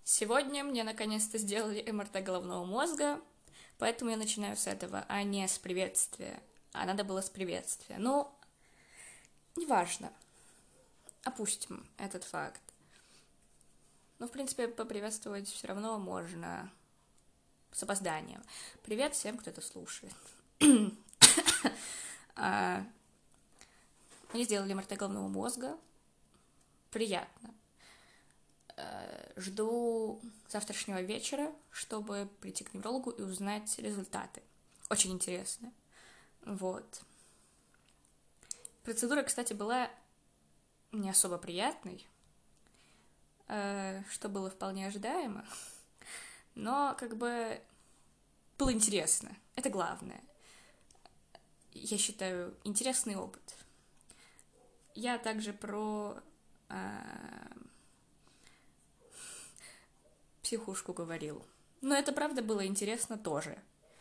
Сегодня мне наконец-то сделали МРТ головного мозга, поэтому я начинаю с этого, а не с приветствия. А надо было с приветствия. Ну, неважно. Опустим этот факт. Ну, в принципе, поприветствовать все равно можно с опозданием. Привет всем, кто это слушает. Мне сделали МРТ головного мозга. Приятно. Жду завтрашнего вечера, чтобы прийти к неврологу и узнать результаты. Очень интересно. Вот. Процедура, кстати, была не особо приятной, что было вполне ожидаемо, но как бы было интересно. Это главное. Я считаю, интересный опыт. Я также про психушку говорил. Но это правда было интересно тоже.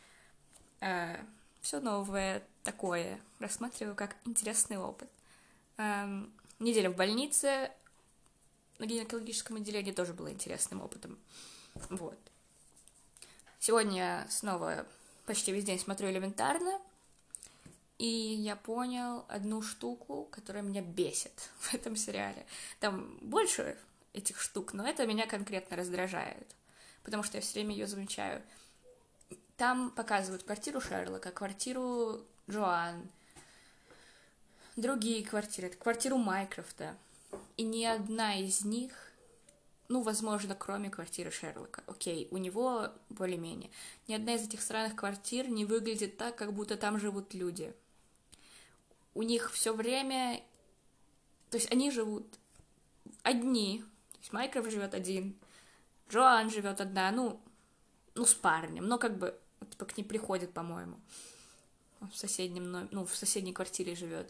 Все новое такое рассматриваю как интересный опыт. Неделя в больнице на гинекологическом отделении тоже была интересным опытом. Вот. Сегодня я снова почти весь день смотрю «Элементарно», и я понял одну штуку, которая меня бесит в этом сериале. Там больше этих штук, но это меня конкретно раздражает, потому что я все время ее замечаю. Там показывают квартиру Шерлока, квартиру Джоан, другие квартиры, квартиру Майкрофта, и ни одна из них, ну, возможно, кроме квартиры Шерлока, окей, у него более-менее, ни одна из этих странных квартир не выглядит так, как будто там живут люди. У них все время, то есть они живут одни, то есть Майкрофт живет один, Джоан живет одна, ну, с парнем, но как бы типа к ней приходит, по-моему, в соседней квартире живет.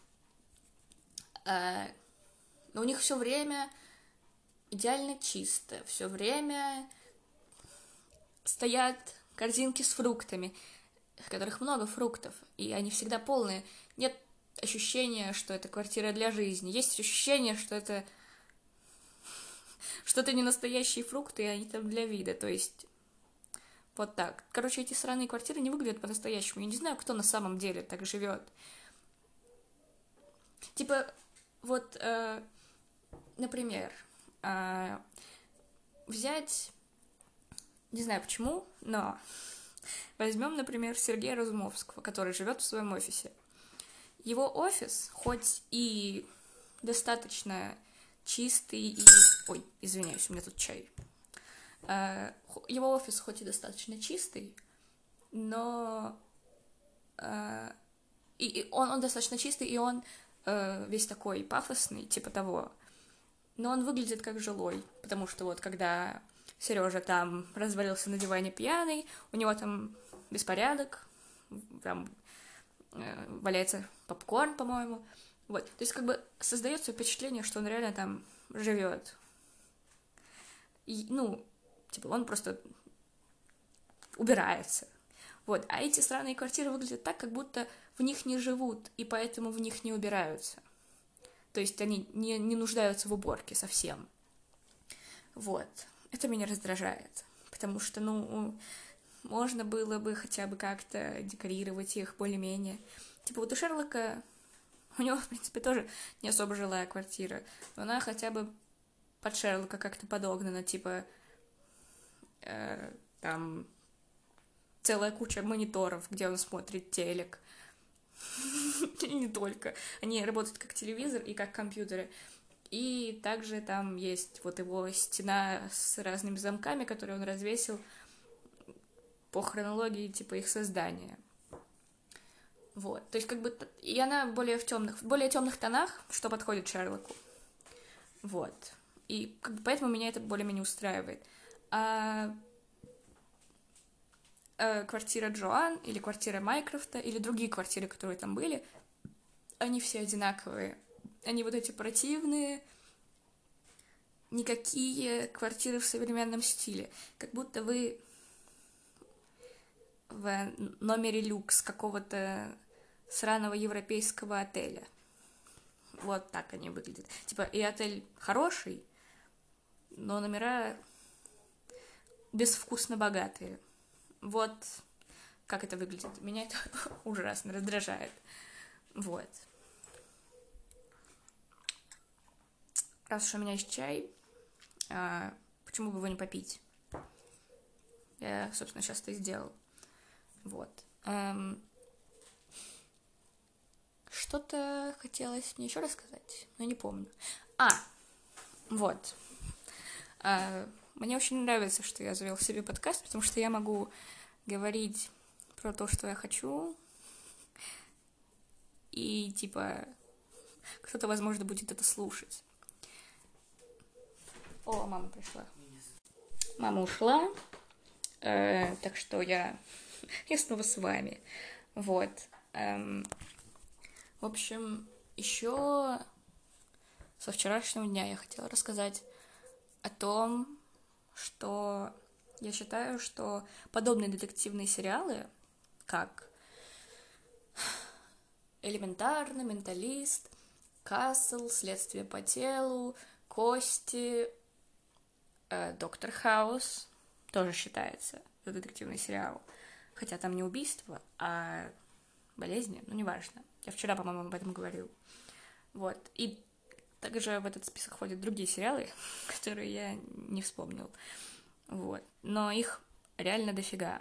Но у них все время идеально чисто, все время стоят корзинки с фруктами, в которых много фруктов, и они всегда полные. Нет ощущения, что это квартира для жизни. Есть ощущение, что это не настоящие фрукты, и они там для вида. То есть вот так. Короче, эти сраные квартиры не выглядят по-настоящему. Я не знаю, кто на самом деле так живет. Типа, вот, например, взять, не знаю почему, но возьмем, например, Сергея Разумовского, который живет в своем офисе. Его офис, хоть и достаточно чистый и... Ой, извиняюсь, у меня тут чай. Его офис хоть и достаточно чистый, но... И он достаточно чистый, и он весь такой пафосный, типа того. Но он выглядит как жилой, потому что вот когда Сережа там развалился на диване пьяный, у него там беспорядок, там валяется попкорн, по-моему. Вот. То есть как бы создается впечатление, что он реально там живет. И, ну, типа он просто убирается. Вот. А эти странные квартиры выглядят так, как будто в них не живут, и поэтому в них не убираются. То есть они не нуждаются в уборке совсем. Вот. Это меня раздражает. Потому что, можно было бы хотя бы как-то декорировать их более-менее. Типа вот у Шерлока, у него, в принципе, тоже не особо жилая квартира, но она хотя бы под Шерлока как-то подогнана, типа там целая куча мониторов, где он смотрит телек. И не только. Они работают как телевизор и как компьютеры. И также там есть вот его стена с разными замками, которые он развесил по хронологии, типа, их создания. Вот. То есть, как бы... И она в более темных тонах, что подходит Шерлоку. Вот. И как бы поэтому меня это более-менее устраивает. А квартира Джоан или квартира Майкрофта или другие квартиры, которые там были, они все одинаковые. Они вот эти противные, никакие квартиры в современном стиле. Как будто вы в номере люкс какого-то сраного европейского отеля. Вот так они выглядят. Типа, и отель хороший, но номера безвкусно богатые. Вот как это выглядит. Меня это ужасно раздражает. Вот. Раз уж у меня есть чай, почему бы его не попить? Я, собственно, сейчас это и сделал. Вот. Что-то хотелось мне еще рассказать, но не помню. Вот. Мне очень нравится, что я завел себе подкаст, потому что я могу говорить про то, что я хочу, и, типа, кто-то, возможно, будет это слушать. О, мама пришла. Мама ушла, так что я снова с вами. Вот. В общем, еще со вчерашнего дня я хотела рассказать о том, что я считаю, что подобные детективные сериалы, как «Элементарно», «Менталист», «Касл», «Следствие по телу», «Кости», «Доктор Хаус» тоже считается за детективный сериал. Хотя там не убийство, а болезни, ну, неважно. Я вчера, по-моему, об этом говорил. Вот. И также в этот список входят другие сериалы, которые я не вспомнил. Вот. Но их реально дофига.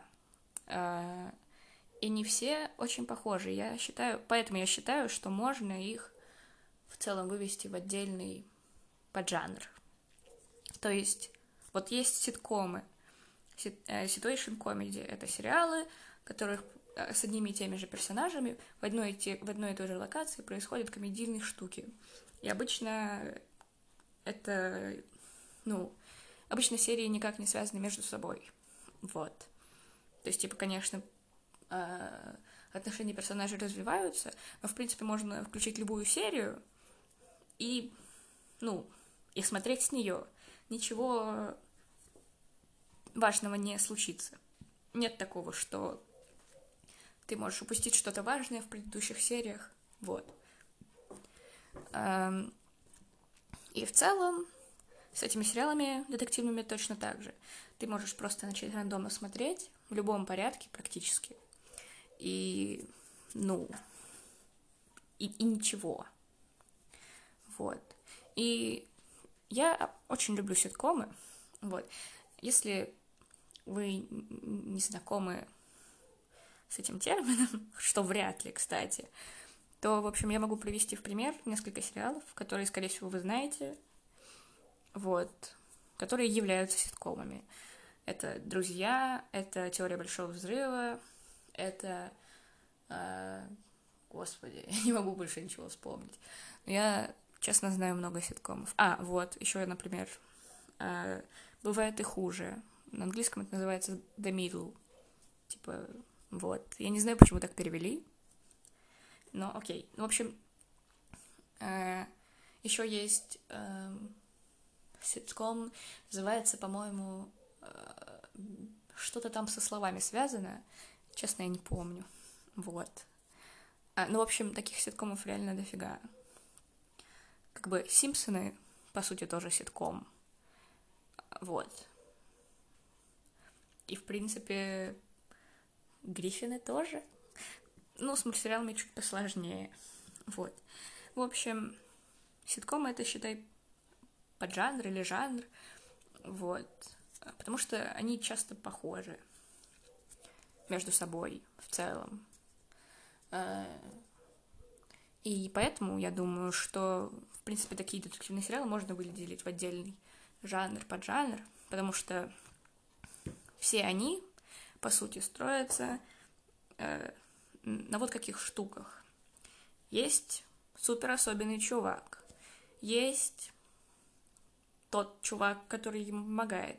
И не все очень похожи. Поэтому я считаю, что можно их в целом вывести в отдельный поджанр. То есть, вот есть ситкомы. Situation comedy — это сериалы, в которых с одними и теми же персонажами в одной и той же локации происходят комедийные штуки. И обычно это, обычно серии никак не связаны между собой. Вот. То есть, типа, конечно, отношения персонажей развиваются, но, в принципе, можно включить любую серию и, и смотреть с нее. Ничего важного не случится. Нет такого, что ты можешь упустить что-то важное в предыдущих сериях. Вот. И в целом с этими сериалами детективными точно так же. Ты можешь просто начать рандомно смотреть в любом порядке практически. И, и ничего. Вот. И я очень люблю ситкомы. Вот. Если вы не знакомы с этим термином, что вряд ли, кстати, то, в общем, я могу привести в пример несколько сериалов, которые, скорее всего, вы знаете, вот, которые являются ситкомами. Это «Друзья», это «Теория большого взрыва», это... Господи, я не могу больше ничего вспомнить. Но я, честно, знаю много ситкомов. Вот, еще, например, «Бывает и хуже». На английском это называется «The Middle». Типа, вот. Я не знаю, почему так перевели, но окей. В общем, еще есть ситком, называется, по-моему, что-то там со словами связано. Честно, я не помню. Вот. В общем, таких ситкомов реально дофига. Как бы «Симпсоны», по сути, тоже ситком. Вот. И, в принципе, «Гриффины» тоже. С мультсериалами чуть посложнее. Вот. В общем, ситкомы — это, считай, поджанр или жанр. Вот. Потому что они часто похожи между собой в целом. И поэтому я думаю, что, в принципе, такие детективные сериалы можно выделить в отдельный жанр, поджанр, потому что все они, по сути, строятся на вот каких штуках. Есть супер особенный чувак, есть тот чувак, который ему помогает,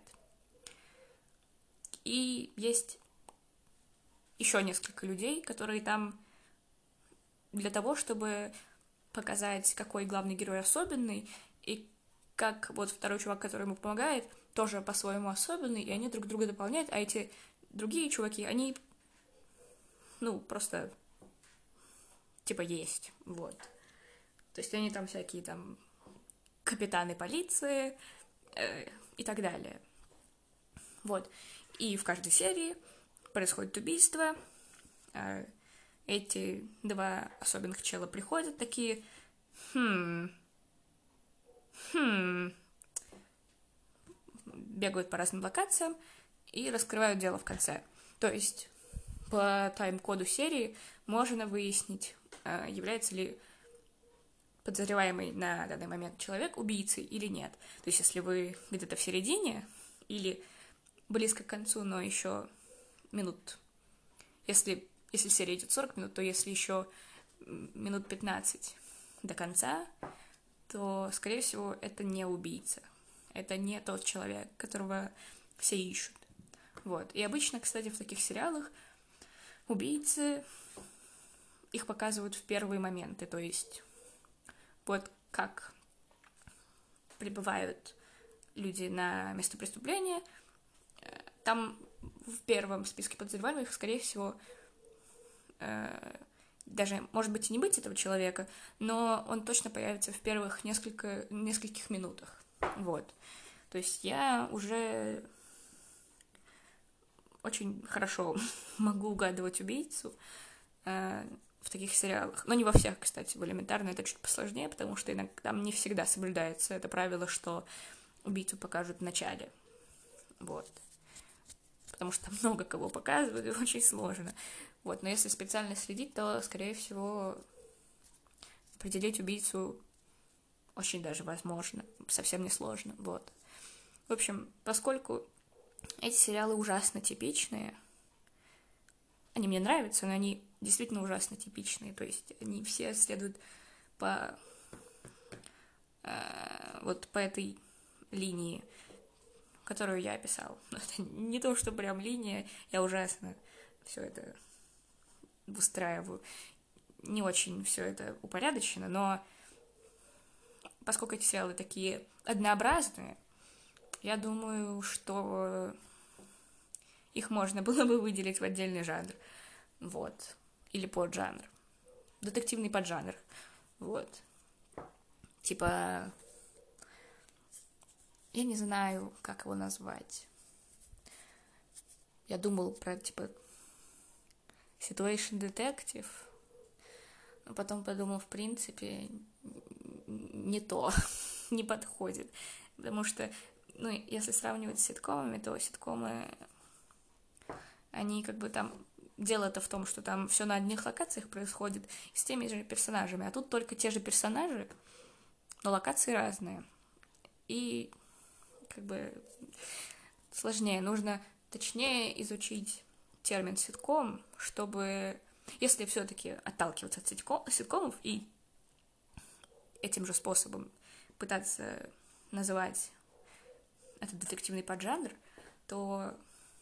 и есть еще несколько людей, которые там для того, чтобы показать, какой главный герой особенный, и как вот второй чувак, который ему помогает, тоже по-своему особенный, и они друг друга дополняют, а эти другие чуваки, они, просто, типа, есть, вот. То есть они там всякие там капитаны полиции и так далее. Вот. И в каждой серии происходит убийство. Эти два особенных чела приходят такие, бегают по разным локациям и раскрывают дело в конце. То есть по тайм-коду серии можно выяснить, является ли подозреваемый на данный момент человек убийцей или нет. То есть если вы где-то в середине или близко к концу, но еще минут... Если серия идет 40 минут, то если еще минут 15 до конца, то, скорее всего, это не убийца. Это не тот человек, которого все ищут. Вот. И обычно, кстати, в таких сериалах убийцы, их показывают в первые моменты. То есть вот как прибывают люди на место преступления, там в первом списке подозреваемых, скорее всего, даже, может быть, и не быть этого человека, но он точно появится в первых нескольких минутах. Вот. То есть я уже очень хорошо могу угадывать убийцу в таких сериалах. Но не во всех, кстати, в «Элементарно» это чуть посложнее, потому что иногда там не всегда соблюдается это правило, что убийцу покажут в начале. Вот. Потому что много кого показывают, и очень сложно. Вот. Но если специально следить, то, скорее всего, определить убийцу очень даже возможно. Совсем не сложно. Вот. В общем, поскольку эти сериалы ужасно типичные, они мне нравятся, но они действительно ужасно типичные. То есть они все следуют по вот по этой линии, которую я описал. Это не то, что прям линия, я ужасно все это выстраиваю. Не очень все это упорядочено, но поскольку эти сериалы такие однообразные, я думаю, что их можно было бы выделить в отдельный жанр. Вот. Или поджанр. Детективный поджанр. Вот. Типа... Я не знаю, как его назвать. Я думал про, типа, Situation Detective, но потом подумал, в принципе, не то, не подходит. Потому что, ну, если сравнивать с ситкомами, то ситкомы, они как бы там... Дело-то в том, что там все на одних локациях происходит с теми же персонажами, а тут только те же персонажи, но локации разные. И как бы сложнее. Нужно точнее изучить термин ситком, чтобы, если все-таки отталкиваться от ситкомов и этим же способом пытаться называть этот детективный поджанр, то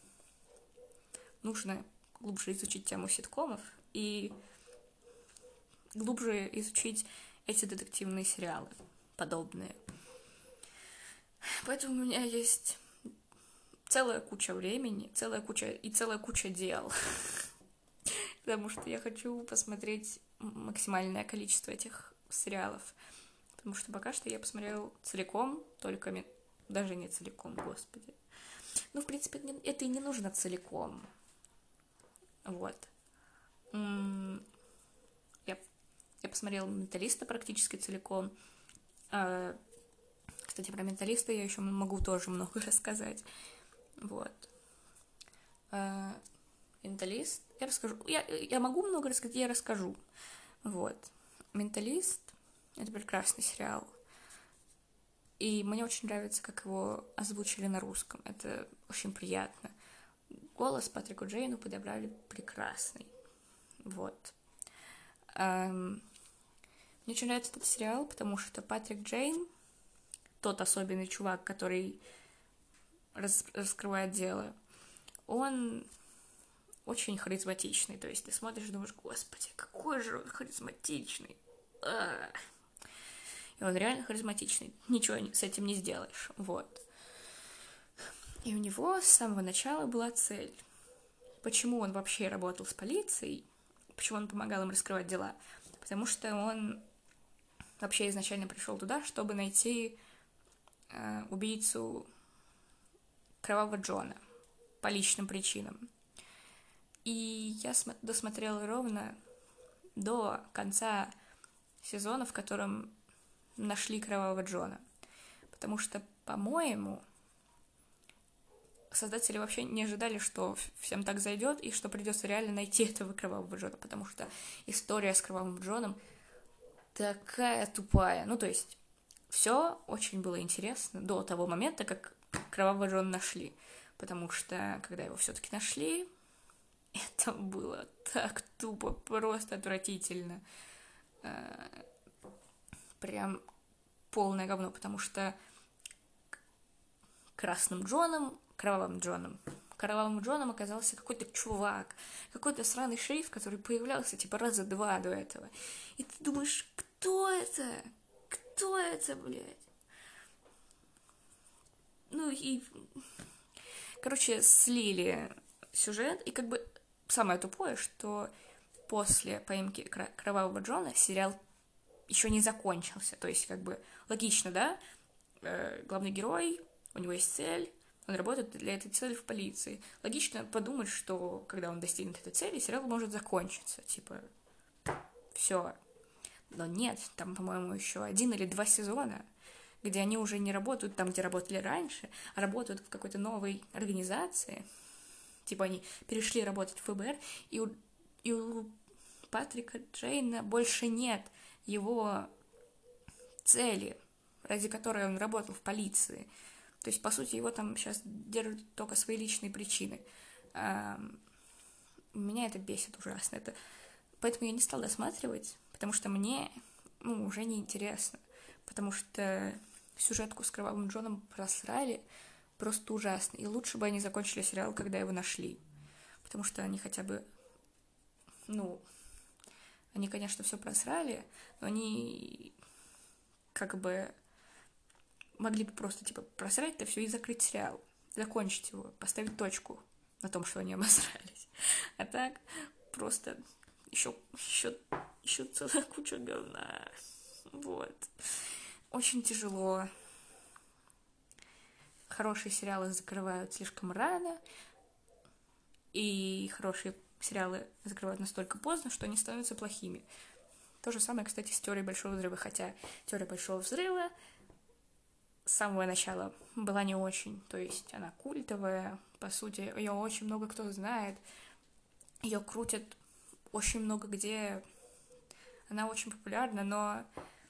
нужно глубже изучить тему ситкомов и глубже изучить эти детективные сериалы подобные. Поэтому у меня есть целая куча времени, целая куча дел. Потому что я хочу посмотреть максимальное количество этих сериалов. Потому что пока что я посмотрела целиком, только даже не целиком, господи. Ну, в принципе, это и не нужно целиком. Вот. Я посмотрела «Менталиста» практически целиком. Кстати, про «Менталиста» я еще могу тоже много рассказать. Вот. «Менталист». Я расскажу. Я могу много рассказать, я расскажу. Вот. «Менталист» — это прекрасный сериал. И мне очень нравится, как его озвучили на русском. Это очень приятно. Голос Патрику Джейну подобрали прекрасный. Вот. Мне очень нравится этот сериал, потому что Патрик Джейн, тот особенный чувак, который раскрывает дело, он очень харизматичный. То есть ты смотришь и думаешь, господи, какой же он харизматичный. И он реально харизматичный. Ничего с этим не сделаешь. Вот. И у него с самого начала была цель. Почему он вообще работал с полицией? Почему он помогал им раскрывать дела? Потому что он вообще изначально пришел туда, чтобы найти убийцу Кровавого Джона. по личным причинам. И я досмотрела ровно до конца сезона, в котором нашли Кровавого Джона. Потому что, по-моему, создатели вообще не ожидали, что всем так зайдет и что придется реально найти этого Кровавого Джона, потому что история с Кровавым Джоном такая тупая. Ну, то есть, все очень было интересно до того момента, как Кровавого Джона нашли. Потому что, когда его все-таки нашли, это было так тупо, просто отвратительно. Прям полное говно, потому что Кровавым Джоном оказался какой-то чувак, какой-то сраный шериф, который появлялся типа раза два до этого. И ты думаешь, кто это? Кто это, блядь? Ну и, короче, слили сюжет, и как бы самое тупое, что после поимки Кровавого Джона сериал еще не закончился. То есть, как бы, логично, да? Главный герой, у него есть цель, он работает для этой цели в полиции. Логично подумать, что когда он достигнет этой цели, сериал может закончиться. Типа, все. Но нет, там, по-моему, еще 1 или 2 сезона, где они уже не работают там, где работали раньше, а работают в какой-то новой организации. Типа они перешли работать в ФБР, и у Патрика Джейна больше нет его цели, ради которой он работал в полиции. То есть, по сути, его там сейчас держат только свои личные причины. Меня это бесит ужасно. Поэтому я не стала досматривать, потому что мне уже не интересно. Потому что сюжетку с Кровавым Джоном просрали просто ужасно. И лучше бы они закончили сериал, когда его нашли. Потому что они хотя бы... они, конечно, все просрали, но они как бы могли бы просто, типа, просрать это все и закрыть сериал, закончить его, поставить точку на том, что они обосрались. А так просто еще целая куча говна. Вот. Очень тяжело. Хорошие сериалы закрывают слишком рано, и хорошие сериалы закрывают настолько поздно, что они становятся плохими. То же самое, кстати, с «Теорией Большого Взрыва», хотя «Теория Большого Взрыва» с самого начала была не очень, то есть она культовая, по сути, ее очень много кто знает, ее крутят очень много где, она очень популярна, но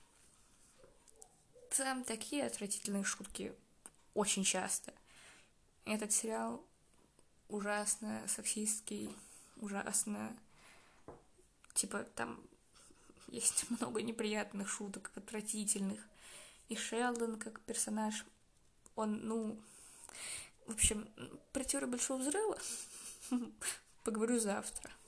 там такие отвратительные шутки очень часто. Этот сериал ужасно сексистский, ужасно, типа, там есть много неприятных шуток, отвратительных. И Шелдон как персонаж, он, в общем, про «Теорию Большого Взрыва поговорю завтра.